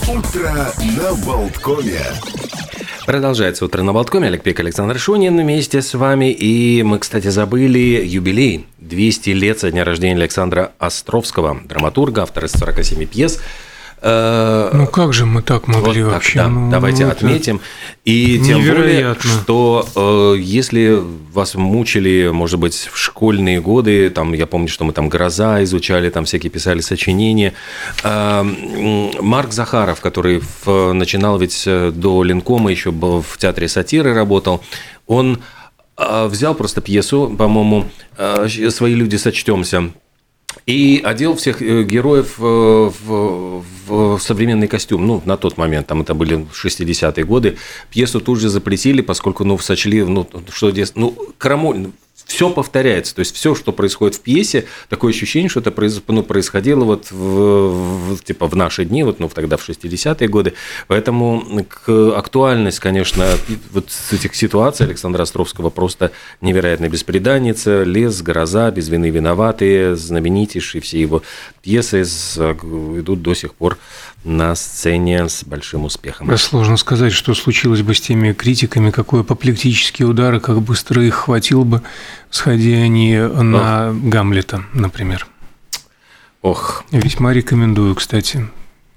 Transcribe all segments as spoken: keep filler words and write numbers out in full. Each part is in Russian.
Утро на Болткоме. Продолжается «Утро на Болткоме». Олег Пек, Александр Шунин вместе с вами. И мы, кстати, забыли юбилей. двести лет со дня рождения Александра Островского, драматурга, автора сорока семи пьес. Ну как же мы так могли вот вообще? Так, да. ну, Давайте ну, отметим. И тем невероятно. более, что э, если вас мучили, может быть, в школьные годы, там, я помню, что мы там «Гроза» изучали, там всякие писали сочинения. Э, Марк Захаров, который в, начинал ведь до Ленкома, еще был в театре сатиры работал, он э, взял просто пьесу, по-моему, э, «Свои люди, сочтемся», и одел всех героев в, в современный костюм. Ну, на тот момент, там это были шестидесятые годы. Пьесу тут же запретили, поскольку, ну, сочли, ну, что здесь, ну, крамольно. Все повторяется, то есть все, что происходит в пьесе, такое ощущение, что это ну, происходило вот в, в, типа в наши дни, вот, ну, тогда в шестидесятые годы. Поэтому актуальность, конечно, вот этих ситуаций Александра Островского просто невероятная. «Бесприданница», «Лес», «Гроза», «Без вины виноватые», знаменитейшие все его пьесы идут до сих пор на сцене с большим успехом. Сложно сказать, что случилось бы с теми критиками, какой апоплектический удар, и как быстро их хватил бы, сходи они на Ох. Гамлета, например. Ох. Весьма рекомендую, кстати.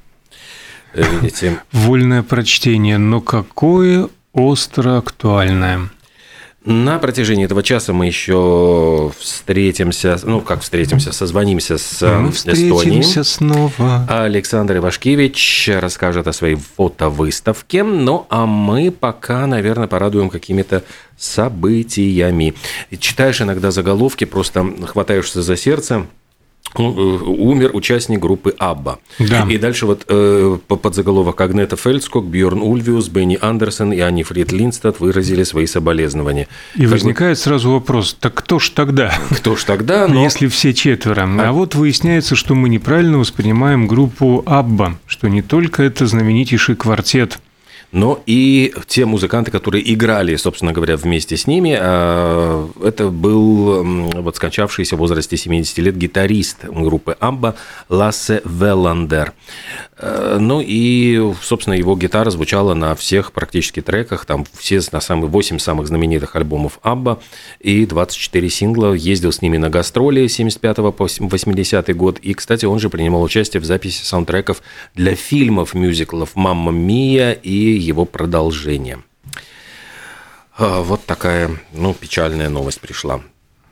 Видите. Вольное прочтение, но какое остро актуальное. На протяжении этого часа мы еще встретимся, ну, как встретимся, созвонимся с мы Эстонией. Встретимся снова. Александр Ивашкевич расскажет о своей фотовыставке. Ну, а мы пока, наверное, порадуем какими-то событиями. Читаешь иногда заголовки, просто хватаешься за сердце. Умер участник группы Абба. Да. И дальше вот э, под заголовок: Агнета Фельдског, Бьорн Ульвиус, Бенни Андерсон и Анни Фрид Линдстад выразили свои соболезнования. И как возникает бы... сразу вопрос: так кто ж тогда? Кто ж тогда? Но... Если все четверо. А... а вот выясняется, что мы неправильно воспринимаем группу Абба, что не только это знаменитейший квартет, но и те музыканты, которые играли, собственно говоря, вместе с ними. Это был вот скончавшийся в возрасте семидесяти лет гитарист группы Абба Лассе Велландер. Ну и, собственно, его гитара звучала на всех практически треках, там все на самые восемь самых знаменитых альбомов Абба и двадцать четыре сингла. Ездил с ними на гастроли с семьдесят пятого по восьмидесятый год. И, кстати, он же принимал участие в записи саундтреков для фильмов, мюзиклов «Мамма Мия» и его продолжение. Вот такая, ну, печальная новость пришла.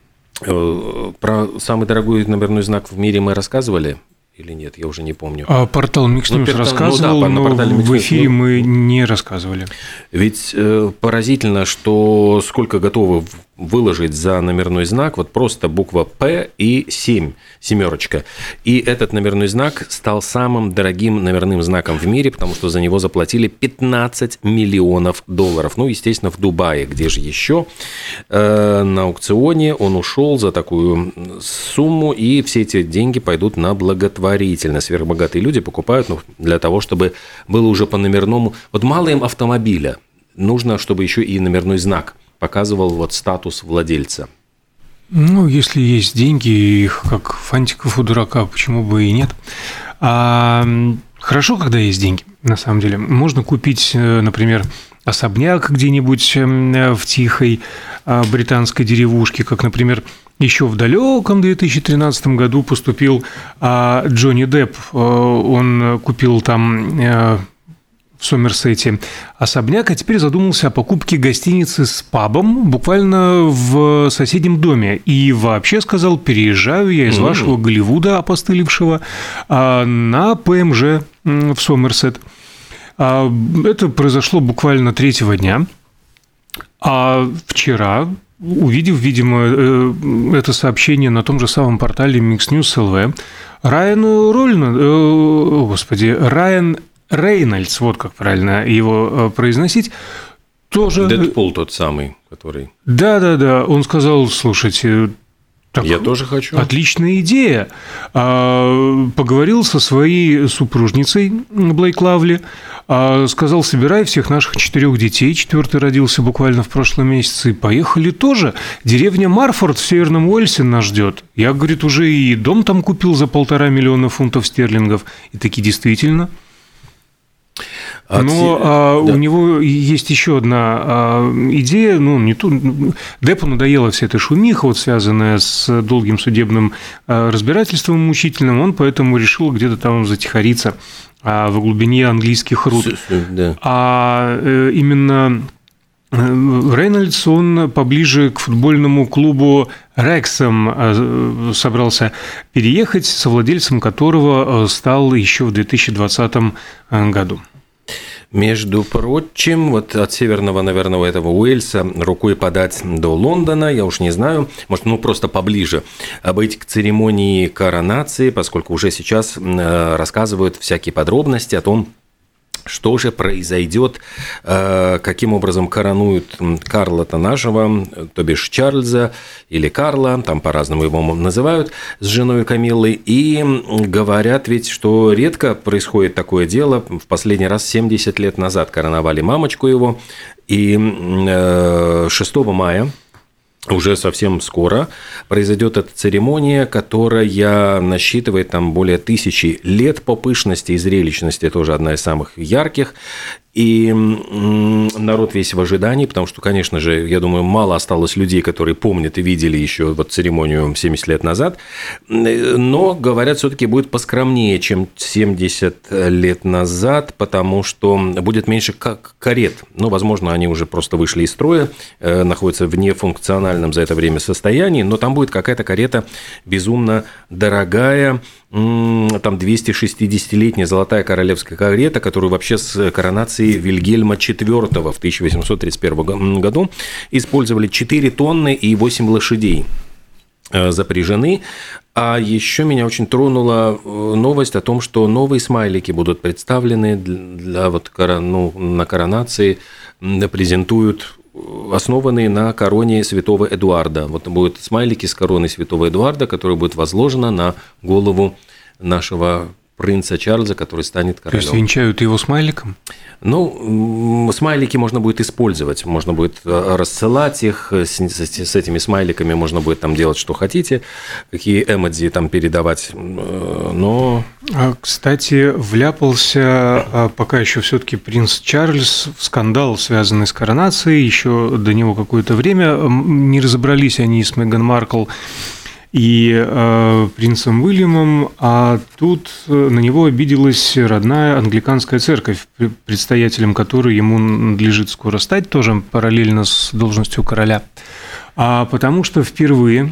Про самый дорогой номерной знак в мире мы рассказывали или нет? Я уже не помню. А портал Mix News ну, рассказывал, ну, да, но в эфире мы не рассказывали. Ведь э, поразительно, что сколько готовы выложить за номерной знак, вот просто буква «П» и семь, семерочка. И этот номерной знак стал самым дорогим номерным знаком в мире, потому что за него заплатили пятнадцать миллионов долларов. Ну, естественно, в Дубае, где же еще. Э, на аукционе он ушел за такую сумму, и все эти деньги пойдут на благотворительность. Сверхбогатые люди покупают, ну, для того, чтобы было уже по номерному. Вот мало им автомобиля, нужно, чтобы еще и номерной знак показывал вот статус владельца. Ну, если есть деньги, их как фантиков у дурака, почему бы и нет. А, хорошо, когда есть деньги, на самом деле. Можно купить, например, особняк где-нибудь в тихой британской деревушке, как, например, еще в далеком две тысячи тринадцатом году поступил Джонни Депп. Он купил там в Сомерсете особняк, а теперь задумался о покупке гостиницы с пабом буквально в соседнем доме. И вообще сказал: переезжаю я из mm-hmm. вашего Голливуда, опостылевшего, на ПМЖ в Сомерсет. Это произошло буквально третьего дня. А вчера, увидев, видимо, это сообщение на том же самом портале Mix News эл ви, Райан Рольна, господи, Райан Рейнольдс, вот как правильно его произносить, тоже... Дэдпул тот самый, который... Да-да-да, он сказал: слушайте, так, я тоже хочу. Отличная идея. Поговорил со своей супружницей Блейк Лавли, сказал: собирай всех наших четырех детей, четвертый родился буквально в прошлом месяце, и поехали тоже. Деревня Марфорд в Северном Уэльсе нас ждет. Я, говорит, уже и дом там купил за полтора миллиона фунтов стерлингов. И таки действительно... Но те... а, да. у него есть еще одна а, идея. Ну, не ту... Деппу надоела вся эта шумиха, вот, связанная с долгим судебным а, разбирательством мучительным. Он поэтому решил где-то там затихариться а, в глубине английских руд. Да. А э, именно Рейнольдс, он поближе к футбольному клубу Рексхэм собрался переехать, совладельцем которого стал еще в две тысячи двадцатом году. Между прочим, вот от северного, наверное, этого Уэльса рукой подать до Лондона, я уж не знаю, может, ну, просто поближе быть к церемонии коронации, поскольку уже сейчас рассказывают всякие подробности о том, что же произойдет, каким образом коронуют Карла-то нашего, то бишь Чарльза или Карла, там по-разному его называют, с женой Камиллой, и говорят ведь, что редко происходит такое дело. В последний раз семьдесят лет назад короновали мамочку его, и шестого мая, уже совсем скоро, произойдет эта церемония, которая насчитывает там более тысячи лет по пышности и зрелищности, тоже одна из самых ярких. И народ весь в ожидании, потому что, конечно же, я думаю, мало осталось людей, которые помнят и видели еще вот церемонию семьдесят лет назад, но, говорят, все-таки будет поскромнее, чем семьдесят лет назад, потому что будет меньше как карет. Ну, возможно, они уже просто вышли из строя, находятся в нефункциональном за это время состоянии, но там будет какая-то карета безумно дорогая, там двести шестидесятилетняя золотая королевская карета, которую вообще с коронацией Вильгельма четвёртого в тысяча восемьсот тридцать первом году использовали четыре тонны и восемь лошадей запряжены. А еще меня очень тронула новость о том, что новые смайлики будут представлены для вот, ну, на коронации, презентуют основанные на короне святого Эдуарда. Вот будут смайлики с короной святого Эдуарда, которая будет возложена на голову нашего принца Чарльза, который станет королем. То есть венчают его смайликом? Ну, смайлики можно будет использовать, можно будет рассылать их, с, с этими смайликами можно будет там делать, что хотите, какие эмодзи там передавать, но... Кстати, вляпался пока еще все-таки принц Чарльз в скандал, связанный с коронацией, еще до него какое-то время, не разобрались они с Меган Маркл и э, принцем Уильямом, а тут на него обиделась родная англиканская церковь, предстоятелем которой ему надлежит скоро стать, тоже параллельно с должностью короля, а потому что впервые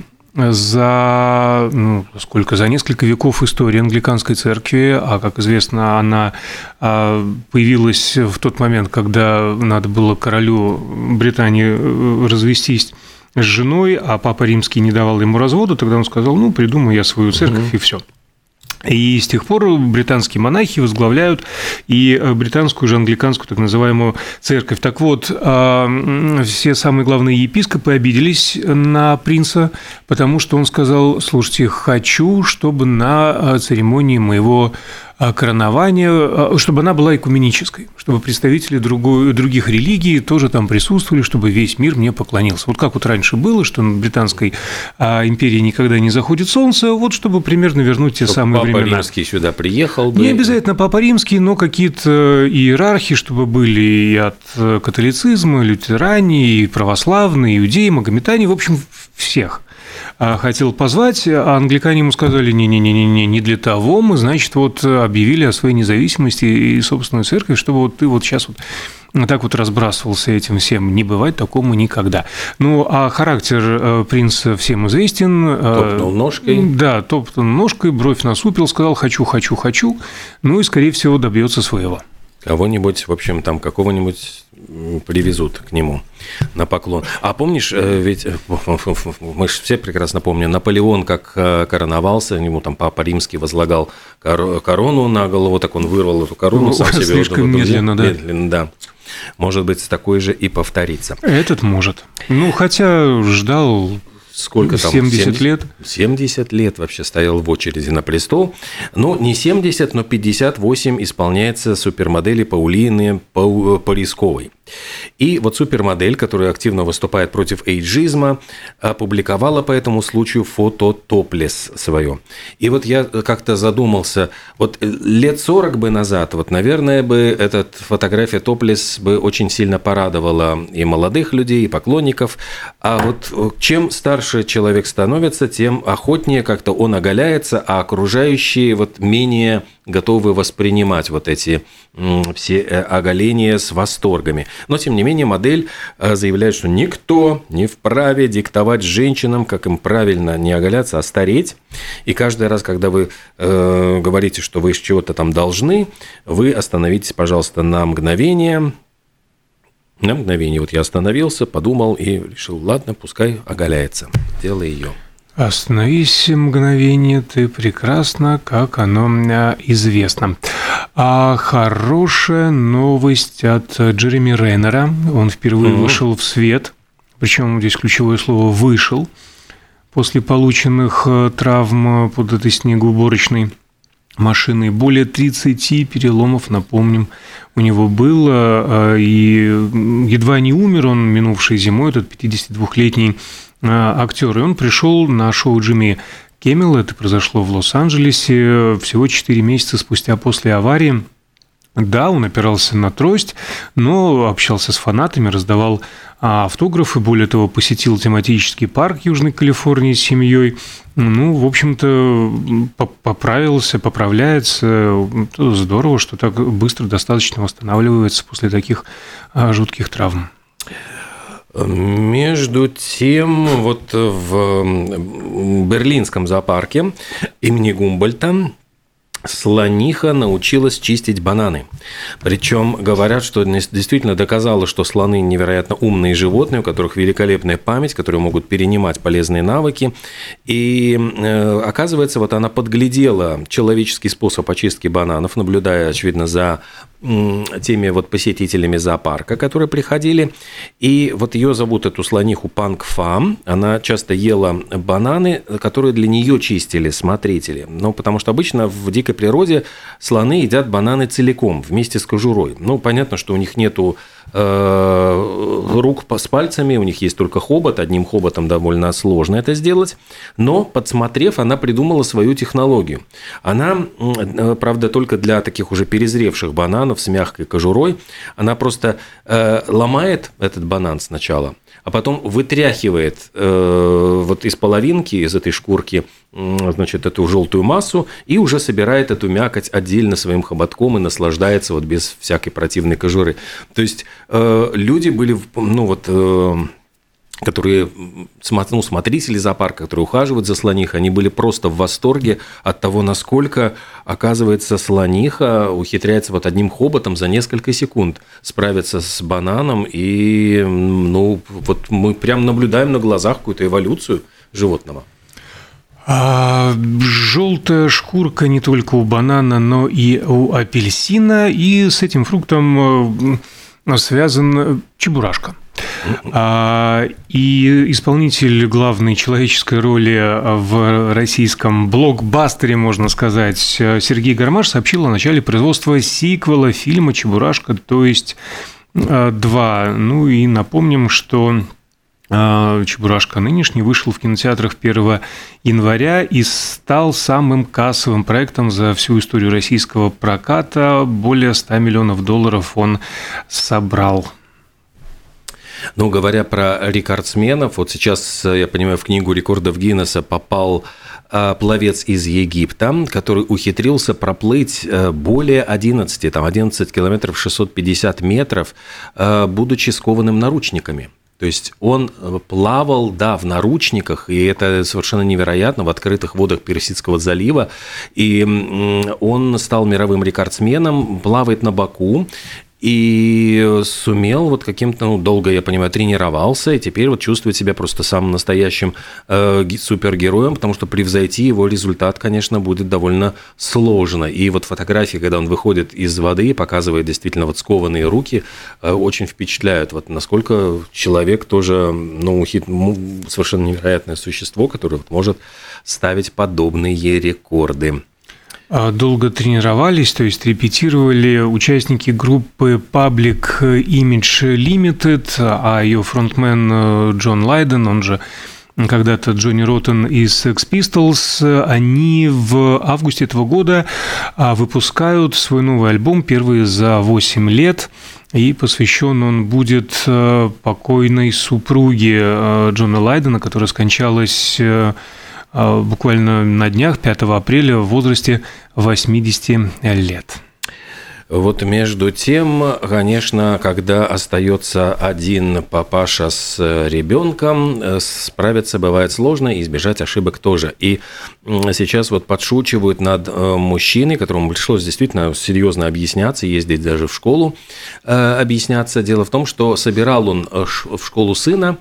за, ну, сколько, за несколько веков истории англиканской церкви, а, как известно, она появилась в тот момент, когда надо было королю Британии развестись с женой, а Папа Римский не давал ему развода, тогда он сказал, ну, придумаю я свою церковь, угу. и все. И с тех пор британские монахи возглавляют и британскую же англиканскую так называемую церковь. Так вот, все самые главные епископы обиделись на принца, потому что он сказал, слушайте, хочу, чтобы на церемонии моего коронования, чтобы она была экуменической, чтобы представители другой, других религий тоже там присутствовали, чтобы весь мир мне поклонился. Вот как вот раньше было, что на британской империи никогда не заходит солнце, вот чтобы примерно вернуть те чтобы самые Папа времена. Папа Римский сюда приехал бы. Не обязательно Папа Римский, но какие-то иерархи, чтобы были и от католицизма, лютеране, и православные, иудеи, магометане, в общем, всех хотел позвать, а англикане ему сказали, не-не-не, не для того мы, значит, вот объявили о своей независимости и собственную церковь, чтобы вот ты вот сейчас вот так вот разбрасывался этим всем, не бывать такому никогда. Ну, а характер принца всем известен. Топнул ножкой. Да, топнул ножкой, бровь насупил, сказал «хочу, хочу, хочу», ну и, скорее всего, добьется своего. Кого-нибудь, в общем, там какого-нибудь привезут к нему на поклон. А помнишь, ведь мы же все прекрасно помним, Наполеон как короновался, ему там Папа Римский возлагал корону на голову, так он вырвал эту корону, ну, сам себе... Слишком медленно, да. Медленно, да. Может быть, такой же и повторится. Этот может. Ну, хотя ждал... Сколько там? семьдесят лет? семьдесят лет вообще стоял в очереди на престол. Ну, не семьдесят, но пятьдесят восемь исполняется супермодели Паулины Полисковой. И вот супермодель, которая активно выступает против эйджизма, опубликовала по этому случаю фото топлес свое. И вот я как-то задумался, вот лет сорок бы назад, вот, наверное, бы эта фотография топлес бы очень сильно порадовала и молодых людей, и поклонников. А вот чем старше человек становится, тем охотнее как-то он оголяется, а окружающие вот менее готовы воспринимать вот эти все оголения с восторгами. Но, тем не менее, модель заявляет, что никто не вправе диктовать женщинам, как им правильно не оголяться, а стареть. И каждый раз, когда вы э, говорите, что вы чего-то там должны, вы остановитесь, пожалуйста, на мгновение. На мгновение. Вот я остановился, подумал и решил, ладно, пускай оголяется. Дело ее. Остановись мгновение, ты прекрасна, как оно известно. А хорошая новость от Джереми Реннера. Он впервые mm-hmm. вышел в свет, причем здесь ключевое слово «вышел», после полученных травм под этой снегоуборочной машиной. Более тридцати переломов, напомним, у него было, и едва не умер он минувшей зимой, этот пятидесятидвухлетний актер, и он пришел на шоу Джимми Киммела, это произошло в Лос-Анджелесе всего четыре месяца спустя после аварии. Да, он опирался на трость, но общался с фанатами, раздавал автографы, более того, посетил тематический парк Южной Калифорнии с семьей. Ну, в общем-то, поправился, поправляется. Здорово, что так быстро достаточно восстанавливается после таких жутких травм. Между тем, вот в берлинском зоопарке имени Гумбольдта слониха научилась чистить бананы. Причем говорят, что действительно доказало, что слоны невероятно умные животные, у которых великолепная память, которые могут перенимать полезные навыки. И оказывается, вот она подглядела человеческий способ очистки бананов, наблюдая, очевидно, за теми вот посетителями зоопарка, которые приходили. И вот ее зовут, эту слониху, Панг Фам. Она часто ела бананы, которые для нее чистили смотрители. Ну, потому что обычно в дикой природе слоны едят бананы целиком, вместе с кожурой. Ну, понятно, что у них нету э, рук с пальцами, у них есть только хобот. Одним хоботом довольно сложно это сделать. Но, подсмотрев, она придумала свою технологию. Она, правда, только для таких уже перезревших бананов с мягкой кожурой. Она просто э, ломает этот банан сначала, а потом вытряхивает э, вот из половинки, из этой шкурки, э, значит, эту желтую массу и уже собирает эту мякоть отдельно своим хоботком и наслаждается вот без всякой противной кожуры. То есть э, люди были, ну вот... Э, которые, ну, смотрители зоопарка, которые ухаживают за слонихой, они были просто в восторге от того, насколько, оказывается, слониха ухитряется вот одним хоботом за несколько секунд справиться с бананом, и, ну, вот мы прям наблюдаем на глазах какую-то эволюцию животного. А, желтая шкурка не только у банана, но и у апельсина, и с этим фруктом связан чебурашка. И исполнитель главной человеческой роли в российском блокбастере, можно сказать, Сергей Гармаш сообщил о начале производства сиквела фильма «Чебурашка», то есть два. Ну и напомним, что «Чебурашка» нынешний вышел в кинотеатрах первого января и стал самым кассовым проектом за всю историю российского проката. Более ста миллионов долларов он собрал. Ну, говоря про рекордсменов, вот сейчас, я понимаю, в книгу рекордов Гиннесса попал пловец из Египта, который ухитрился проплыть более одиннадцати, там одиннадцать километров шестьсот пятьдесят метров, будучи скованным наручниками. То есть он плавал, да, в наручниках, и это совершенно невероятно, в открытых водах Персидского залива, и он стал мировым рекордсменом, плавает на боку, и сумел вот каким-то, ну, долго, я понимаю, тренировался, и теперь вот чувствует себя просто самым настоящим э, супергероем, потому что превзойти его результат, конечно, будет довольно сложно. И вот фотографии, когда он выходит из воды, показывает действительно вот скованные руки, э, очень впечатляют. Вот насколько человек тоже, ну, хит, совершенно невероятное существо, которое вот может ставить подобные рекорды. Долго тренировались, то есть репетировали участники группы Public Image Limited, а ее фронтмен Джон Лайден, он же когда-то Джонни Роттен из Sex Pistols, они в августе этого года выпускают свой новый альбом, первый за восемь лет, и посвящен он будет покойной супруге Джона Лайдена, которая скончалась буквально на днях, пятого апреля, в возрасте восьмидесяти лет. Вот между тем, конечно, когда остается один папаша с ребенком, справиться бывает сложно, и избежать ошибок тоже. И сейчас вот подшучивают над мужчиной, которому пришлось действительно серьезно объясняться, ездить даже в школу объясняться. Дело в том, что собирал он в школу сына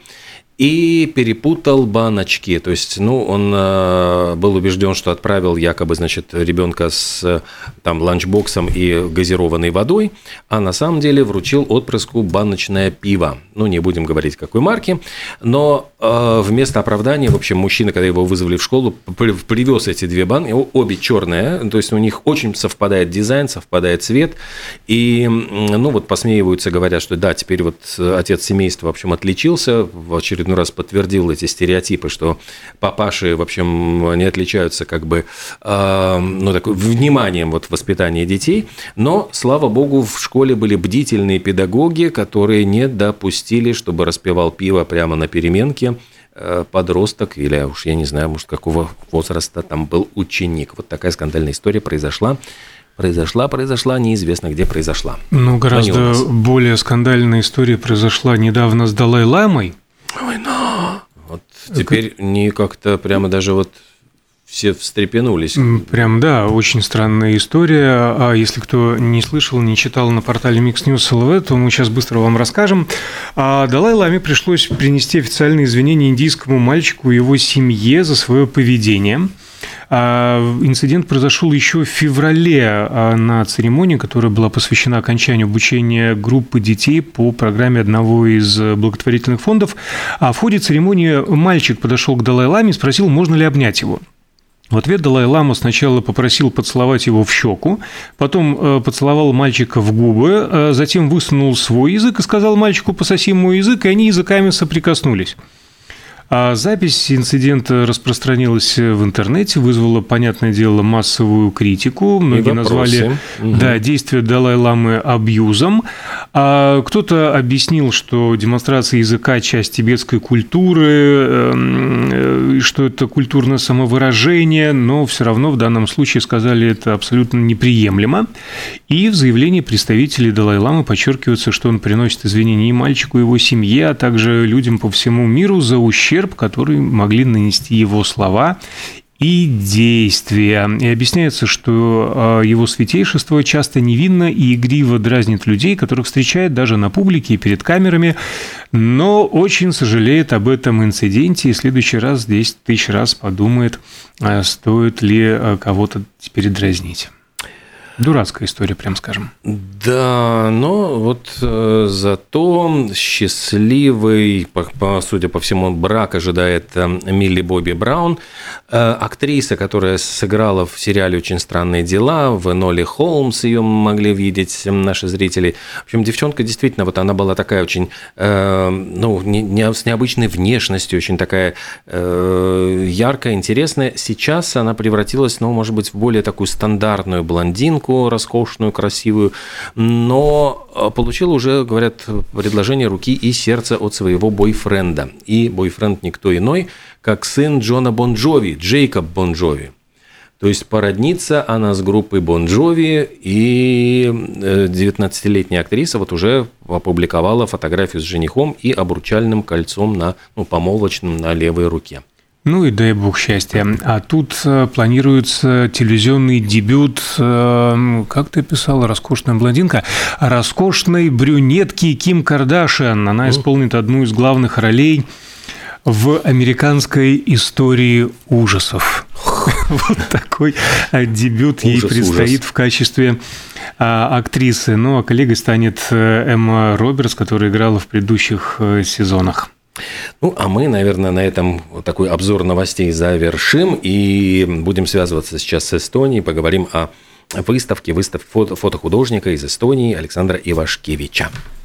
и перепутал баночки. То есть, ну, он э, был убежден, что отправил якобы, значит, ребенка с там ланчбоксом и газированной водой, а на самом деле вручил отпрыску баночное пиво. Ну, не будем говорить, какой марки, но э, вместо оправдания, в общем, мужчина, когда его вызвали в школу, привез эти две банки, обе черные, то есть у них очень совпадает дизайн, совпадает цвет, и, ну, вот посмеиваются, говорят, что да, теперь вот отец семейства, в общем, отличился, в очередной раз подтвердил эти стереотипы, что папаши, в общем, не отличаются как бы, э, ну, такой, вниманием вот в воспитании детей, но, слава богу, в школе были бдительные педагоги, которые не допустили, чтобы распивал пиво прямо на переменке э, подросток или, уж я не знаю, может, какого возраста там был ученик. Вот такая скандальная история произошла. Произошла, произошла, неизвестно, где произошла. Ну, гораздо более скандальная история произошла недавно с Далай-ламой. Ой, no. Вот теперь не как-то прямо даже вот все встрепенулись. Прям, да, очень странная история. А если кто не слышал, не читал на портале Mix News точка эл ви, то мы сейчас быстро вам расскажем. А Далай-ламе пришлось принести официальные извинения индийскому мальчику и его семье за свое поведение. Инцидент произошел еще в феврале на церемонии, которая была посвящена окончанию обучения группы детей по программе одного из благотворительных фондов. А в ходе церемонии мальчик подошел к Далай-ламе и спросил, можно ли обнять его. В ответ Далай-лама сначала попросил поцеловать его в щеку, потом поцеловал мальчика в губы, затем высунул свой язык и сказал мальчику «пососи мой язык», и они языками соприкоснулись. А запись инцидента распространилась в интернете, вызвала, понятное дело, массовую критику. Многие назвали угу. да, действия Далай-ламы абьюзом. А кто-то объяснил, что демонстрация языка – часть тибетской культуры, что это культурное самовыражение, но все равно в данном случае сказали, это абсолютно неприемлемо. И в заявлении представителей Далай-ламы подчеркивается, что он приносит извинения и мальчику, и его семье, а также людям по всему миру за ущерб, который могли нанести его слова и действия. И объясняется, что его святейшество часто невинно и игриво дразнит людей, которых встречает даже на публике и перед камерами, но очень сожалеет об этом инциденте и в следующий раз десять тысяч раз подумает, стоит ли кого-то теперь дразнить. Дурацкая история, прям скажем. Да, но вот э, зато счастливый, по, по, судя по всему, брак ожидает э, Милли Бобби Браун, э, актриса, которая сыграла в сериале «Очень странные дела», в «Эноле Холмс» ее могли видеть наши зрители. В общем, девчонка действительно, вот она была такая очень, э, ну, не, не, с необычной внешностью, очень такая э, яркая, интересная. Сейчас она превратилась, ну, может быть, в более такую стандартную блондинку, роскошную, красивую, но получила уже, говорят, предложение руки и сердца от своего бойфренда. И бойфренд никто иной, как сын Джона Бон Джови, Джейкоб Бон Джови. То есть породниться она с группой Бон Джови, и девятнадцатилетняя актриса вот уже опубликовала фотографию с женихом и обручальным кольцом на, ну, помолвочным на левой руке. Ну и дай бог счастья. А тут планируется телевизионный дебют, как ты писала, роскошная блондинка, роскошной брюнетки Ким Кардашиан. Она исполнит одну из главных ролей в американской истории ужасов. Вот такой дебют ей предстоит в качестве актрисы. Ну а коллегой станет Эмма Робертс, которая играла в предыдущих сезонах. Ну, а мы, наверное, на этом такой обзор новостей завершим и будем связываться сейчас с Эстонией, поговорим о выставке, выставке фото, фотохудожника из Эстонии Александра Ивашкевича.